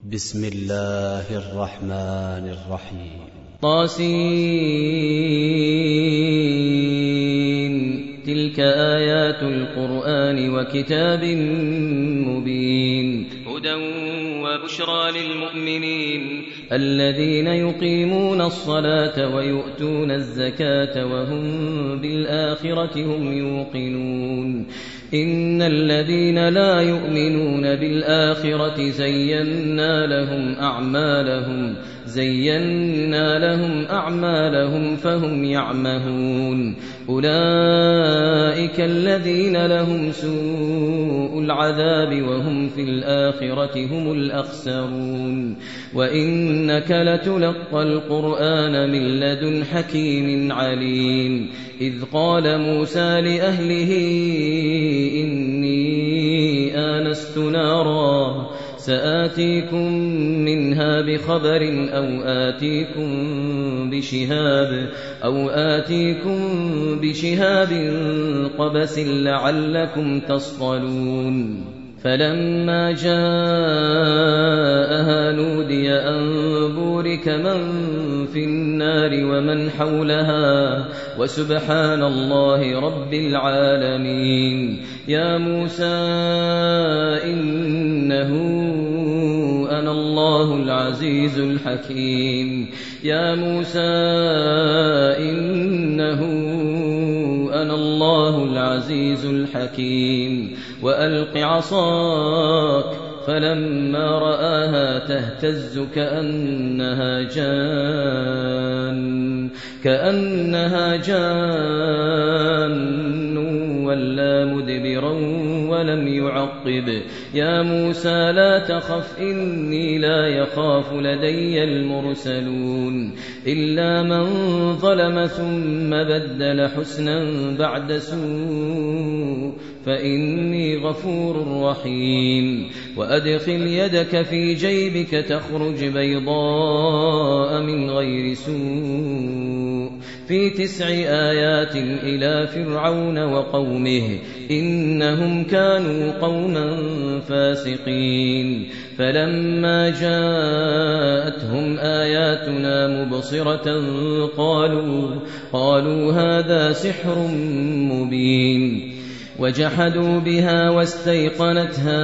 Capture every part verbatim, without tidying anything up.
بسم الله الرحمن الرحيم. طاسين. تلك آيات القرآن وكتاب مبين. هدى وبشرى للمؤمنين الذين يقيمون الصلاة ويؤتون الزكاة وهم بالآخرة هم يوقنون. إن الذين لا يؤمنون بالآخرة زينا لهم أعمالهم زينا لهم أعمالهم فهم يعمهون. أولئك الذين لهم سوء العذاب وهم في الآخرة هم الأخسرون. وإنك لتلقى القرآن من لدن حكيم عليم. إذ قال موسى لأهله إني آنست نارا سآتيكم منها بخبر أو آتيكم بشهاب أو آتيكم بشهاب قبس لعلكم تصطلون. فلما جاءها نودي أن بورك من في النار ومن حولها وسبحان الله رب العالمين. يا موسى إنه أنا الله العزيز الحكيم. يا موسى إنه أنا الله العزيز الحكيم. وألق عصاك فلما رآها تهتز كأنها جان كأنها جان ولا مدبرا ولم يعقب. يا موسى لا تخف إني لا يخاف لدي المرسلون. إلا من ظلم ثم بدل حسنا بعد سوء فإني غفور رحيم. وأدخل يدك في جيبك تخرج بيضاء من غير سوء في تسع آيات إلى فرعون وقومه إنهم كانوا قوما فاسقين. فلما جاءتهم آياتنا مبصرة قالوا قالوا هذا سحر مبين. وجحدوا بها واستيقنتها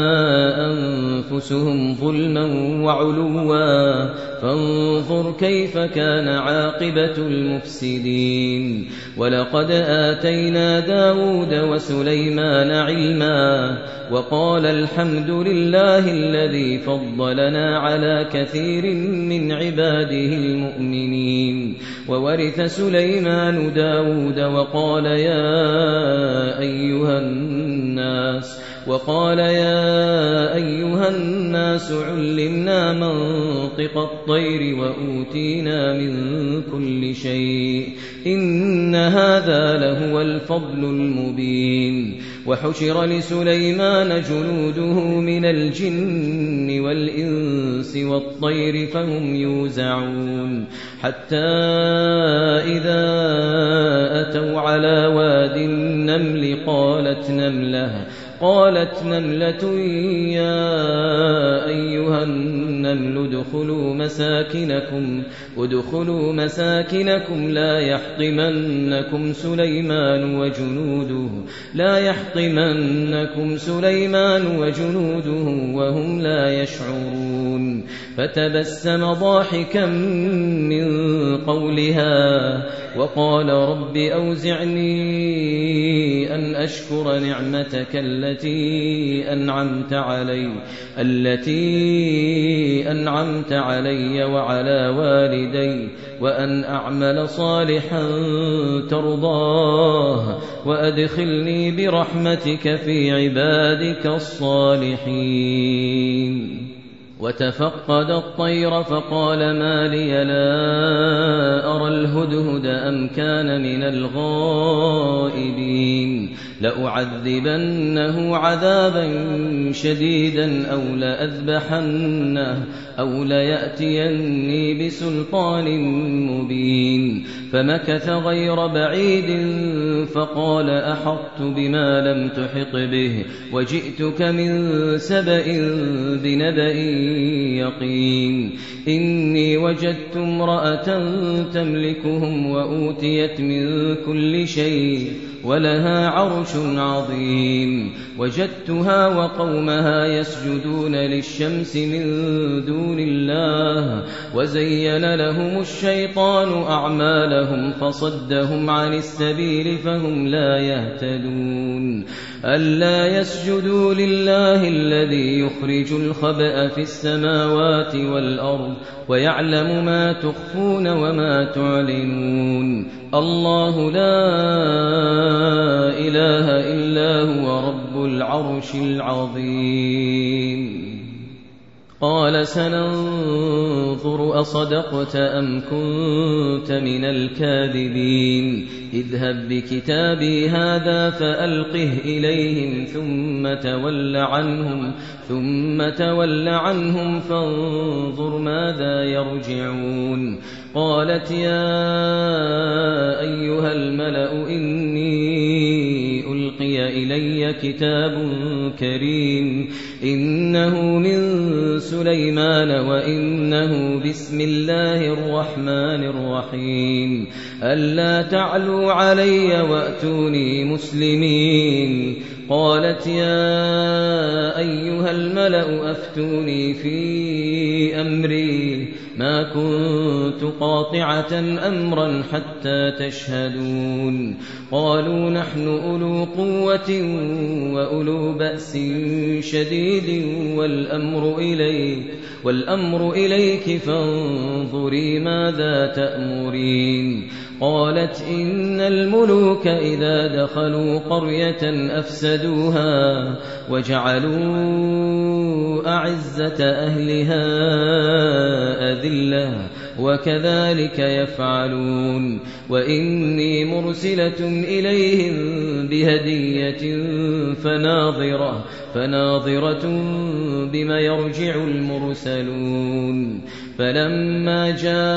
أنفسهم ظلما وعلوا فانظر كيف كان عاقبة المفسدين. ولقد آتينا داود وسليمان علما وقال الحمد لله الذي فضلنا على كثير من عباده المؤمنين. وورث سليمان داود وقال يا أيها الناس وقال يا أيها الناس علمنا منطق الطير وأوتينا من كل شيء إن هذا لهو الفضل المبين. وحشر لسليمان جنوده من الجن والإنس والطير فهم يوزعون. حتى إذا أتوا على واد النمل قالت نملة قالت نملة يا أيها النمل ادخلوا مساكنكم ادخلوا مساكنكم لا يحطمنكم سليمان وجنوده لا يحطمنكم سليمان وجنوده وهم لا يشعرون. فتبسم ضاحكا من قولها وقال رب أوزعني أن أشكر نعمتك التي أنعمت علي التي أنعمت علي وعلى والدي وأن أعمل صالحا ترضاه وأدخلني برحمتك في عبادك الصالحين. وتفقد الطير فقال ما لي لا أرى الهدهد أم كان من الغائبين. لأعذبنه عذابا شديدا أو لأذبحنه أو ليأتيني بسلطان مبين. فمكث غير بعيد فقال أحطت بما لم تحط به وجئتك من سبأ بنبأ يقين. إني وجدت امرأة تملكهم وأوتيت من كل شيء ولها عرش عظيم. وجدتها وقومها يسجدون للشمس من دون الله وزين لهم الشيطان أعمالهم فصدهم عن السبيل فهم لا يهتدون. ألا يسجدوا لله الذي يخرج الخبأ في السماوات والأرض ويعلم ما تخفون وما تعلنون. الله لا إله إلا هو رب العرش العظيم. قال سننظر أصدقت أم كنت من الكاذبين. اذهب بكتابي هذا فألقه إليهم ثم تول عنهم ثم تول عنهم فانظر ماذا يرجعون. قالت يا أيها الملأ إني ألقي إلي كتاب كريم إنه من سليمان وإنه بسم الله الرحمن الرحيم. ألا تعلوا علي وأتوني مسلمين. قالت يا أيها الملأ أفتوني في أمري ما كنت قاطعة أمرا حتى تشهدون. قالوا نحن أولو قوة وأولو بأس شديد والأمر إليك والأمر إليك فانظري ماذا تأمرين. قالت إن الملوك إذا دخلوا قرية أفسدوها وجعلوا أعزة أهلها أذلة وكذلك يفعلون. وإني مرسلة إليهم بهدية فناظرة فناظرة بما يرجع المرسلون. فلما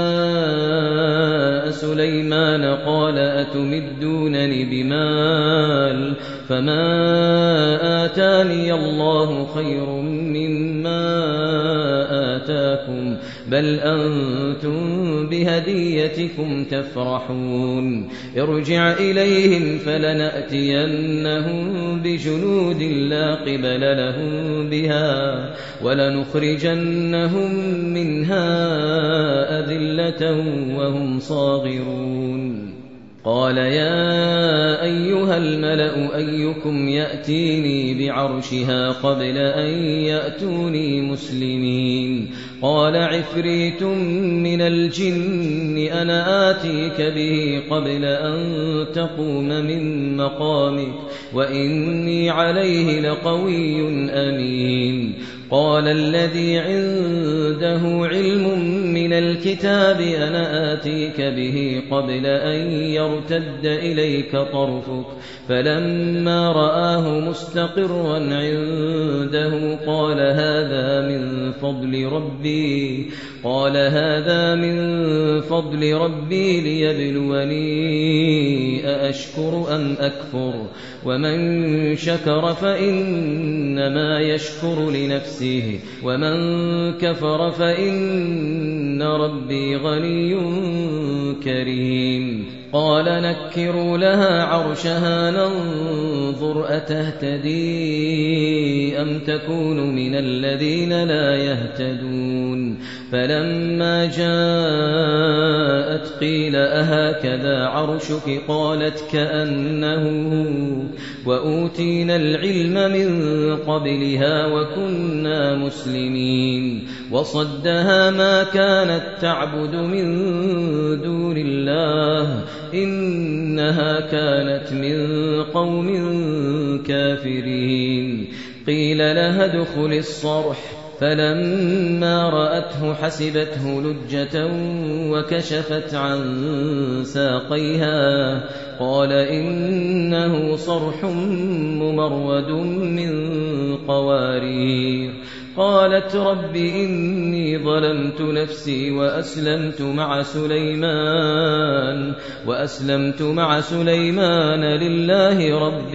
جاء سليمان قال أتمدونني بمال فما آتاني الله خير مما آتاكم بل أنتم بهديتكم تفرحون. ارجع إليهم فلنأتينهم بجنود لا قبل لهم بها ولنخرجنهم منها أذلة وهم صاغرون. قال يا أيها الملأ أيكم يأتيني بعرشها قبل أن يأتوني مسلمين. قال عفريت من الجن أنا آتيك به قبل أن تقوم من مقامك وإني عليه لقوي أمين. قال الذي عنده علم من الكتاب أنا آتيك به قبل أن يرتد إليك طرفك فلما رآه مستقرا عنده قال هذا من فضل ربي قال هذا من فضل ربي ليبلوني أأشكر أم أكفر ومن شكر فإنما يشكر لنفسه ومن كفر فإن ربي غني كريم. قال نكروا لها عرشها ننظر أتهتدي أم تكون من الذين لا يهتدون. فلما جاءت قيل أهكذا عرشك قالت كأنه وأوتينا العلم من قبلها وكنا مسلمين. وصدها ما كانت تعبد من دون الله إنها كانت من قوم كافرين. قيل لها ادخل الصرح فلما رأته حسبته لجة وكشفت عن ساقيها قال إنه صرح ممرد من قوارير. قالت رب إني ظلمت نفسي وأسلمت مع سليمان وأسلمت مع سليمان لله رب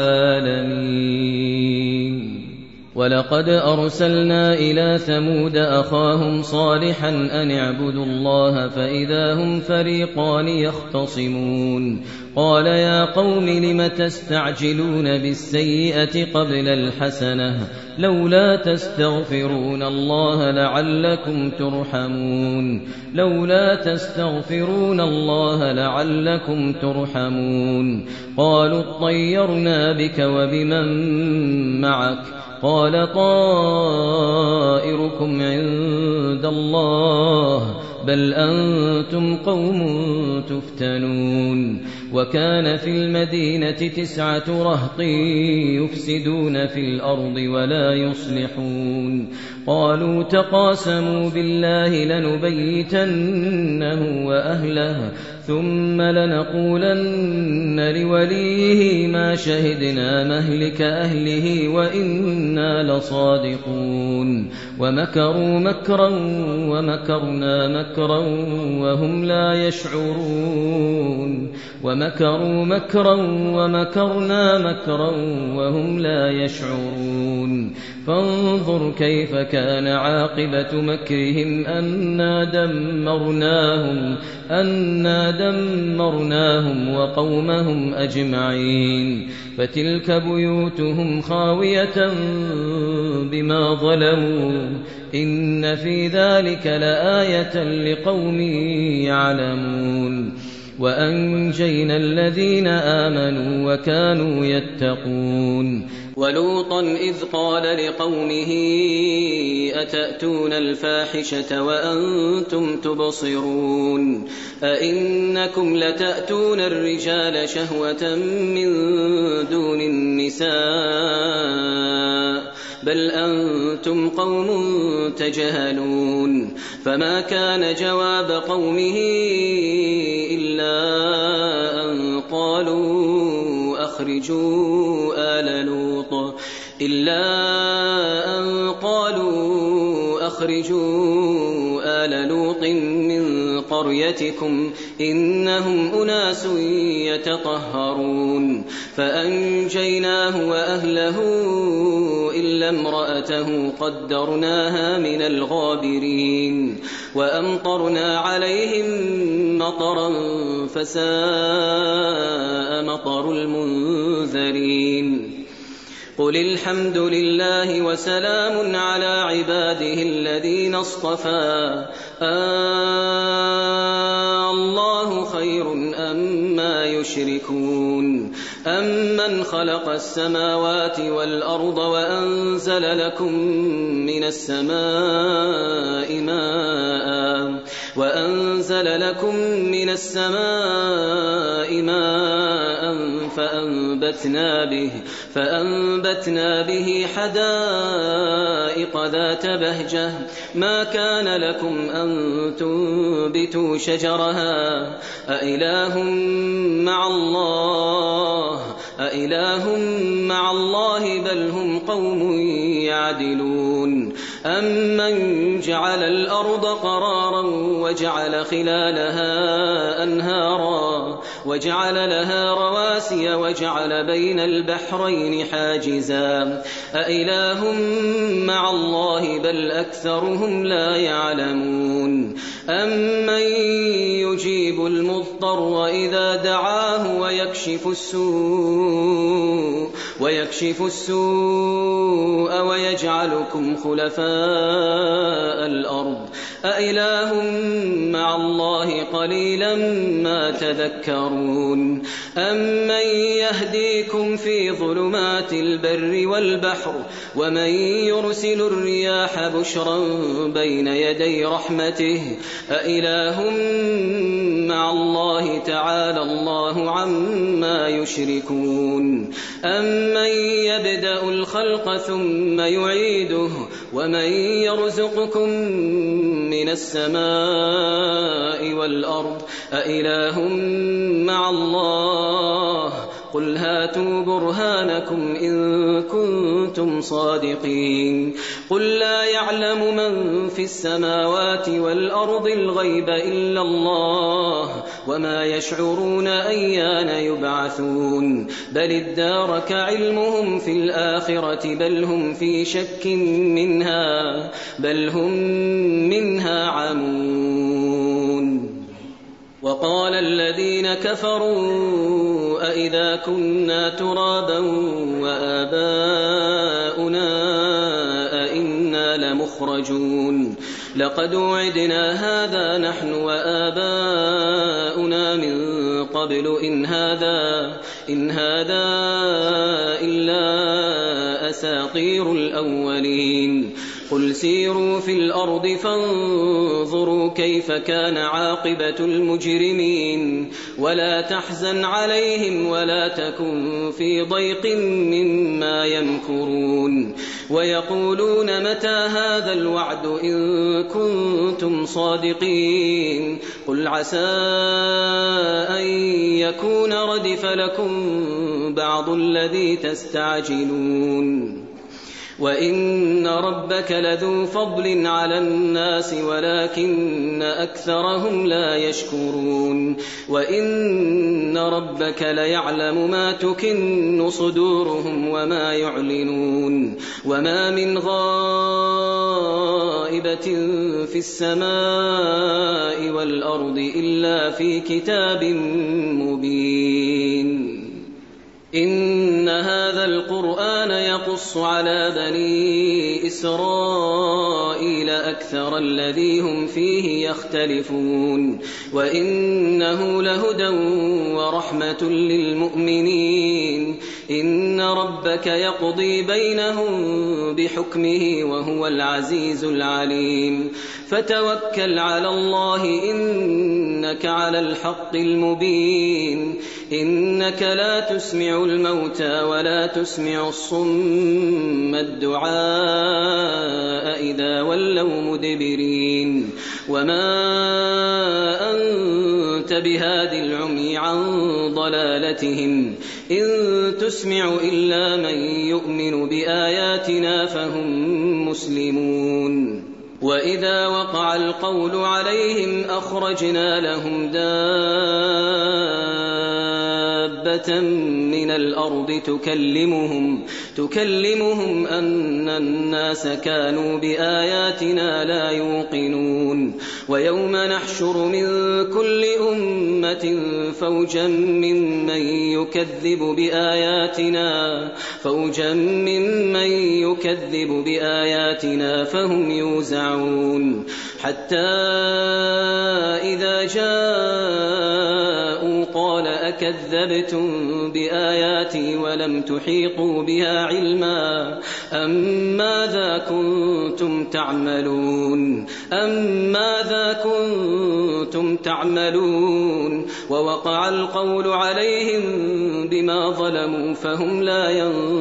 العالمين. ولقد أرسلنا إلى ثمود أخاهم صالحا أن اعبدوا الله فإذا هم فريقان يختصمون. قال يا قوم لم تستعجلون بالسيئة قبل الحسنة لولا تستغفرون الله لعلكم ترحمون لولا تستغفرون الله لعلكم ترحمون. قالوا اطيرنا بك وبمن معك قال طائركم عند الله بل أنتم قوم تفتنون. وكان في المدينة تسعة رهط يفسدون في الأرض ولا يصلحون. قالوا تقاسموا بالله لنبيتنه وأهله ثم لنقولن لوليه ما شهدنا مهلك أهله وإنا لصادقون. ومكروا مكرا ومكرنا مكرا وهم لا يشعرون ومكروا مكرا ومكرنا مكرا وهم لا يشعرون. فانظر كيف كان عاقبة مكرهم أنا دمرناهم أنا دمرناهم وقومهم أجمعين. فتلك بيوتهم خاوية بما ظلموا إن في ذلك لآية لقوم يعلمون. وأنجينا الذين آمنوا وكانوا يتقون. ولوطا إذ قال لقومه أتأتون الفاحشة وأنتم تبصرون أئنكم لتأتون الرجال شهوة من دون النساء بل أنتم قوم تجهلون. فما كان جواب قومه إلا أن قالوا أخرجوا آل لوط إلا أن قالوا أخرجوا آل لوط من قريتكم إنهم أناس يتطهرون. فأنجيناه وأهله إلا امرأته قدرناها من الغابرين. وأمطرنا عليهم مطرا فساء مطر المنذرين. قل الحمد لله وسلام على عباده الذين اصطفى الله خير أما يشركون. أمن خلق السماوات والأرض وأنزل لكم من السماء ماء وأنزل لكم من السماء ماء فأنبتنا به فأنبتنا به حدائق ذات بهجة ما كان لكم أن تنبتوا شجرها أإله مع الله أإله مع الله بل هم قوم يعدلون. أمن جعل الأرض قرارا وجعل خلالها أنهارا وجعل لها رواسي وجعل بين البحرين حاجزا أإله مع الله بل أكثرهم لا يعلمون. أمن يجيب المضطر إذا دعاه ويكشف السوء ويكشف السوء ويجعلكم خلفاء الأرض أإله مع الله قليلا ما تذكرون. أمن يهديكم في ظلمات البر والبحر ومن يرسل الرياح بشرا بين يدي رحمته أإله مع الله تعالى الله عما يشركون. أمن يبدأ الخلق ثم يعيده ومن يرزقكم من السماء والأرض أإله مع الله قل هاتوا برهانكم إن كنتم صادقين قل لا يعلم من في السماوات والأرض الغيب إلا الله وما يشعرون أيان يبعثون بل ادارك علمهم في الآخرة بل هم في شك منها بل هم منها عمون وقال الذين كفروا أئذا كنا ترابا وآباؤنا أئنا لمخرجون لقد وعدنا هذا نحن وآباؤنا من قبل إن هذا إن هذا إلا أساطير الأولين قل سيروا في الأرض فانظروا كيف كان عاقبة المجرمين ولا تحزن عليهم ولا تكن في ضيق مما يمكرون ويقولون متى هذا الوعد إن كنتم صادقين قل عسى أن يكون ردف لكم بعض الذي تستعجلون وإن ربك لذو فضل على الناس ولكن أكثرهم لا يشكرون وإن ربك ليعلم ما تكن صدورهم وما يعلنون وما من غائبة في السماء والأرض إلا في كتاب مبين إن هذا القرآن يقص على بني إسرائيل أكثر الذي هم فيه يختلفون وإنه لهدى ورحمة للمؤمنين إن ربك يقضي بينهم بحكمه وهو العزيز العليم فتوكل على الله إنك على الحق المبين إنك لا تسمع الموتى ولا تسمع الصم الدعاء إذا ولوا مدبرين وما أنت بهاد العمي عن ضلالتهم إن تسمع إلا من يؤمن بآياتنا فهم مسلمون وإذا وقع القول عليهم أخرجنا لهم دابة من الأرض تكلمهم تكلمهم أن الناس كانوا بآياتنا لا يوقنون ويوم نحشر من كل أمة فوجا ممن يكذب بآياتنا فوجا ممن يكذب بآياتنا فهم يوزعون حتى إذا جاءوا قال أكذبتم بآياتي ولم تحيطوا بها علما أم ماذا كنتم تعملون أم ماذا كنتم تعملون ووقع القول عليهم بما ظلموا فهم لا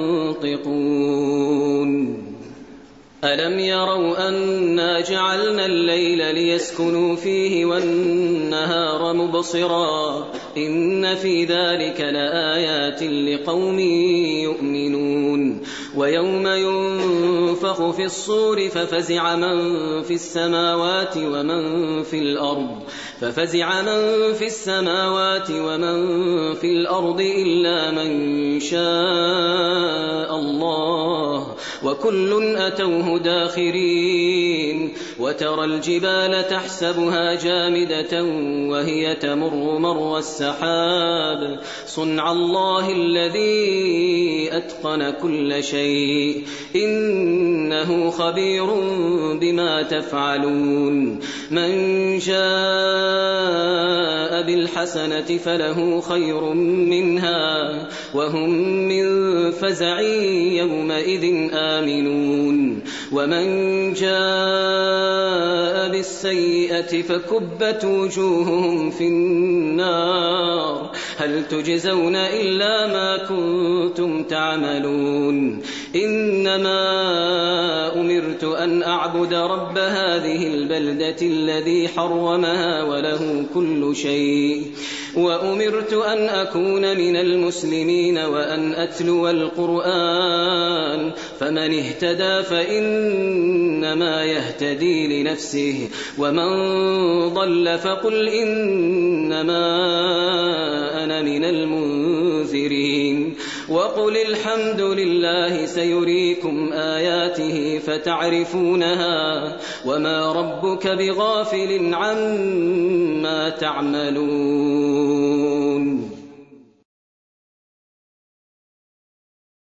ينطقون ألم يروا أنا جعلنا الليل ليسكنوا فيه والنهار مبصرا إن في ذلك لآيات لقوم يؤمنون ويوم ينفخ في الصور ففزع من في السماوات ومن في الأرض ففزع من في السماوات ومن في الأرض إلا من شاء الله وكل أتوه داخرين وترى الجبال تحسبها جامدة وهي تمر مر السحاب صنع الله الذي أتقن كل شيء إنه خبير بما تفعلون من جاء بالحسنة فله خير منها وهم من فزع يومئذ آمنون ومن جاء جاء بالسيئة فكبت وجوههم في النار هل تجزون إلا ما كنتم تعملون إنما أمرت أن أعبد رب هذه البلدة الذي حرمها وله كل شيء وأمرت أن أكون من المسلمين وأن أتلو القرآن فمن اهتدى فإنما يهتدي لنفسه ومن ضل فقل إنما أنا من المنذرين وقل الحمد لله سيريكم آياته فتعرفونها وما ربك بغافل عما تعملون